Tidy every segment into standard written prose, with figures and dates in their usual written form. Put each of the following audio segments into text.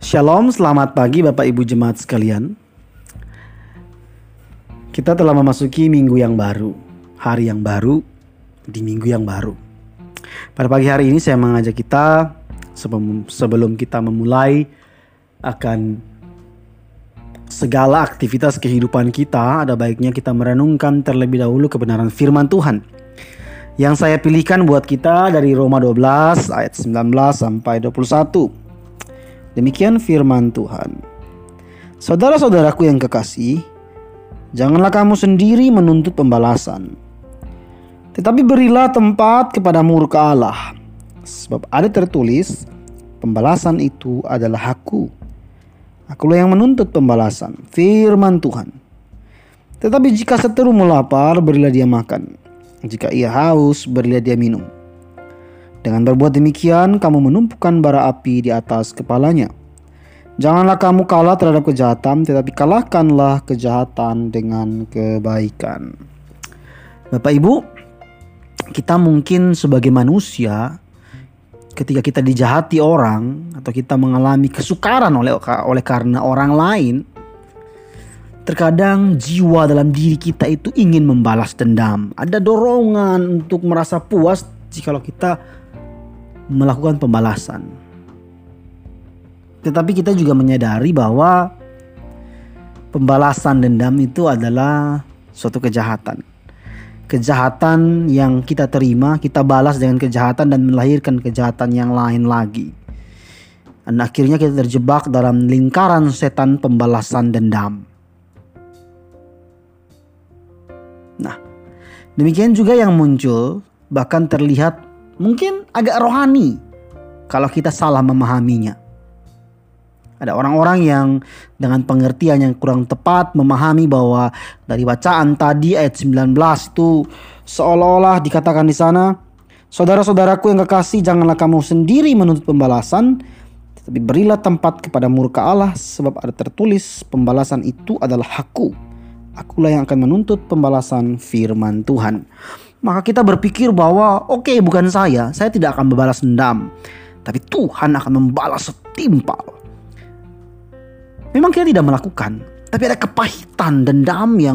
Shalom, selamat pagi Bapak Ibu Jemaat sekalian. Kita telah memasuki minggu yang baru, hari yang baru, di minggu yang baru. Pada pagi hari ini saya mengajak kita, sebelum kita memulai akan segala aktivitas kehidupan kita, ada baiknya kita merenungkan terlebih dahulu kebenaran firman Tuhan. Yang saya pilihkan buat kita dari Roma 12 ayat 19 sampai 21. Demikian firman Tuhan. Saudara-saudaraku yang kekasih, janganlah kamu sendiri menuntut pembalasan, tetapi berilah tempat kepada murka Allah. Sebab ada tertulis, pembalasan itu adalah hakku. Akulah yang menuntut pembalasan, firman Tuhan. Tetapi jika seterumu lapar, berilah dia makan. Jika ia haus, berilah dia minum. Dengan berbuat demikian, kamu menumpukan bara api di atas kepalanya. Janganlah kamu kalah terhadap kejahatan, tetapi kalahkanlah kejahatan dengan kebaikan. Bapak Ibu, kita mungkin sebagai manusia, ketika kita dijahati orang atau kita mengalami kesukaran oleh karena orang lain, terkadang jiwa dalam diri kita itu ingin membalas dendam. Ada dorongan untuk merasa puas jikalau kita melakukan pembalasan. Tetapi kita juga menyadari bahwa pembalasan dendam itu adalah suatu kejahatan. Kejahatan yang kita terima, kita balas dengan kejahatan dan melahirkan kejahatan yang lain lagi. Dan akhirnya kita terjebak dalam lingkaran setan pembalasan dendam. Nah, demikian juga yang muncul, bahkan terlihat mungkin agak rohani kalau kita salah memahaminya. Ada orang-orang yang dengan pengertian yang kurang tepat memahami bahwa dari bacaan tadi ayat 19 itu seolah-olah dikatakan di sana, saudara-saudaraku yang kekasih, janganlah kamu sendiri menuntut pembalasan, tetapi berilah tempat kepada murka Allah, sebab ada tertulis, pembalasan itu adalah hakku. Akulah yang akan menuntut pembalasan, firman Tuhan. Maka kita berpikir bahwa oke, bukan saya tidak akan membalas dendam, tapi Tuhan akan membalas setimpal. Memang kita tidak melakukan, tapi ada kepahitan dendam yang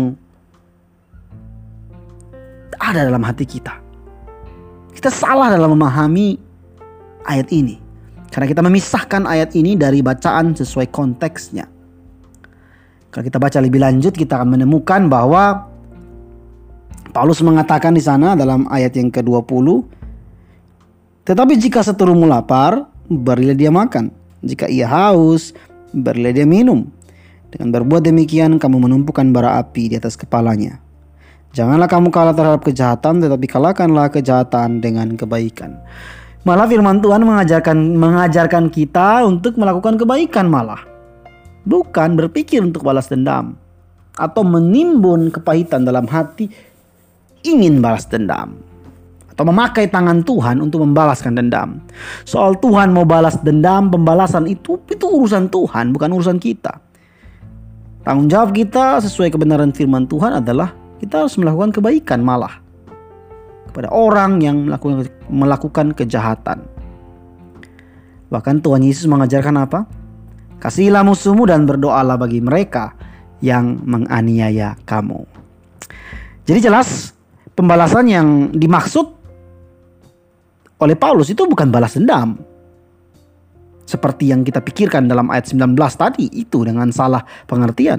ada dalam hati kita. Kita salah dalam memahami ayat ini, karena kita memisahkan ayat ini dari bacaan sesuai konteksnya. Kalau kita baca lebih lanjut, kita akan menemukan bahwa Paulus mengatakan di sana dalam ayat yang ke-20, tetapi jika seterumu lapar, berilah dia makan. Jika ia haus, berilah dia minum. Dengan berbuat demikian, kamu menumpukan bara api di atas kepalanya. Janganlah kamu kalah terhadap kejahatan, tetapi kalahkanlah kejahatan dengan kebaikan. Malah firman Tuhan mengajarkan kita untuk melakukan kebaikan malah. Bukan berpikir untuk balas dendam atau menimbun kepahitan dalam hati ingin balas dendam atau memakai tangan Tuhan untuk membalaskan dendam. Soal Tuhan mau balas dendam, pembalasan itu urusan Tuhan, bukan urusan kita. Tanggung jawab kita sesuai kebenaran firman Tuhan adalah kita harus melakukan kebaikan malah kepada orang yang melakukan kejahatan. Bahkan Tuhan Yesus mengajarkan apa? Kasihilah musuhmu dan berdoalah bagi mereka yang menganiaya kamu. Jadi jelas, pembalasan yang dimaksud oleh Paulus itu bukan balas dendam, seperti yang kita pikirkan dalam ayat 19 tadi itu dengan salah pengertian.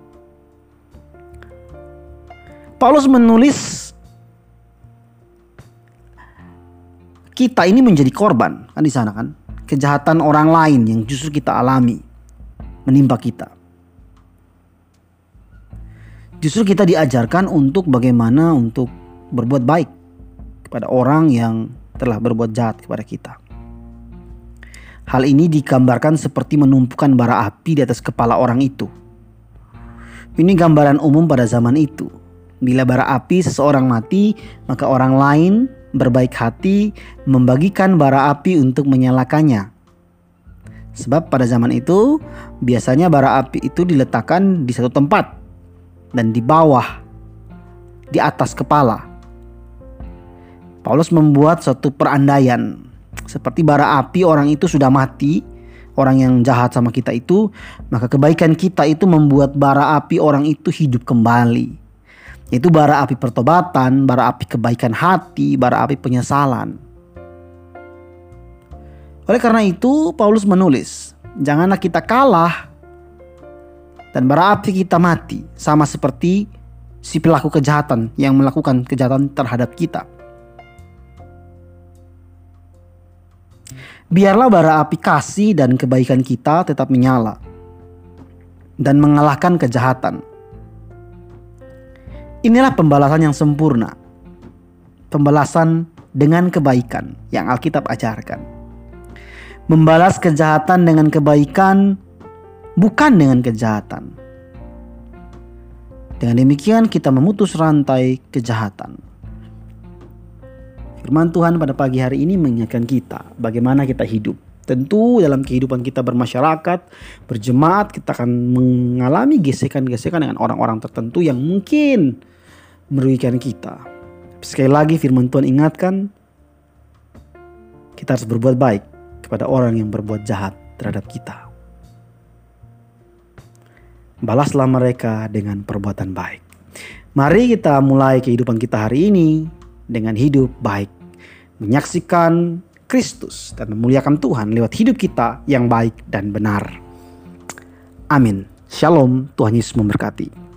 Paulus menulis kita ini menjadi korban kan di sana kan, kejahatan orang lain yang justru kita alami menimpa kita. Justru kita diajarkan untuk bagaimana untuk berbuat baik kepada orang yang telah berbuat jahat kepada kita. Hal ini digambarkan seperti menumpukan bara api di atas kepala orang itu. Ini gambaran umum pada zaman itu. Bila bara api seseorang mati, maka orang lain berbaik hati membagikan bara api untuk menyalakannya. Sebab pada zaman itu biasanya bara api itu diletakkan di satu tempat dan di bawah, di atas kepala. Paulus membuat suatu perandaian, seperti bara api orang itu sudah mati, orang yang jahat sama kita itu, maka kebaikan kita itu membuat bara api orang itu hidup kembali. Itu bara api pertobatan, bara api kebaikan hati, bara api penyesalan. Oleh karena itu Paulus menulis, janganlah kita kalah dan bara api kita mati, sama seperti si pelaku kejahatan yang melakukan kejahatan terhadap kita. Biarlah bara api kasih dan kebaikan kita tetap menyala dan mengalahkan kejahatan. Inilah pembalasan yang sempurna. Pembalasan dengan kebaikan yang Alkitab ajarkan. Membalas kejahatan dengan kebaikan, bukan dengan kejahatan. Dengan demikian kita memutus rantai kejahatan. Firman Tuhan pada pagi hari ini mengingatkan kita bagaimana kita hidup. Tentu dalam kehidupan kita bermasyarakat, berjemaat, kita akan mengalami gesekan-gesekan dengan orang-orang tertentu yang mungkin merugikan kita. Sekali lagi firman Tuhan ingatkan, kita harus berbuat baik kepada orang yang berbuat jahat terhadap kita. Balaslah mereka dengan perbuatan baik. Mari kita mulai kehidupan kita hari ini dengan hidup baik, menyaksikan Kristus dan memuliakan Tuhan lewat hidup kita yang baik dan benar. Amin. Shalom, Tuhan Yesus memberkati.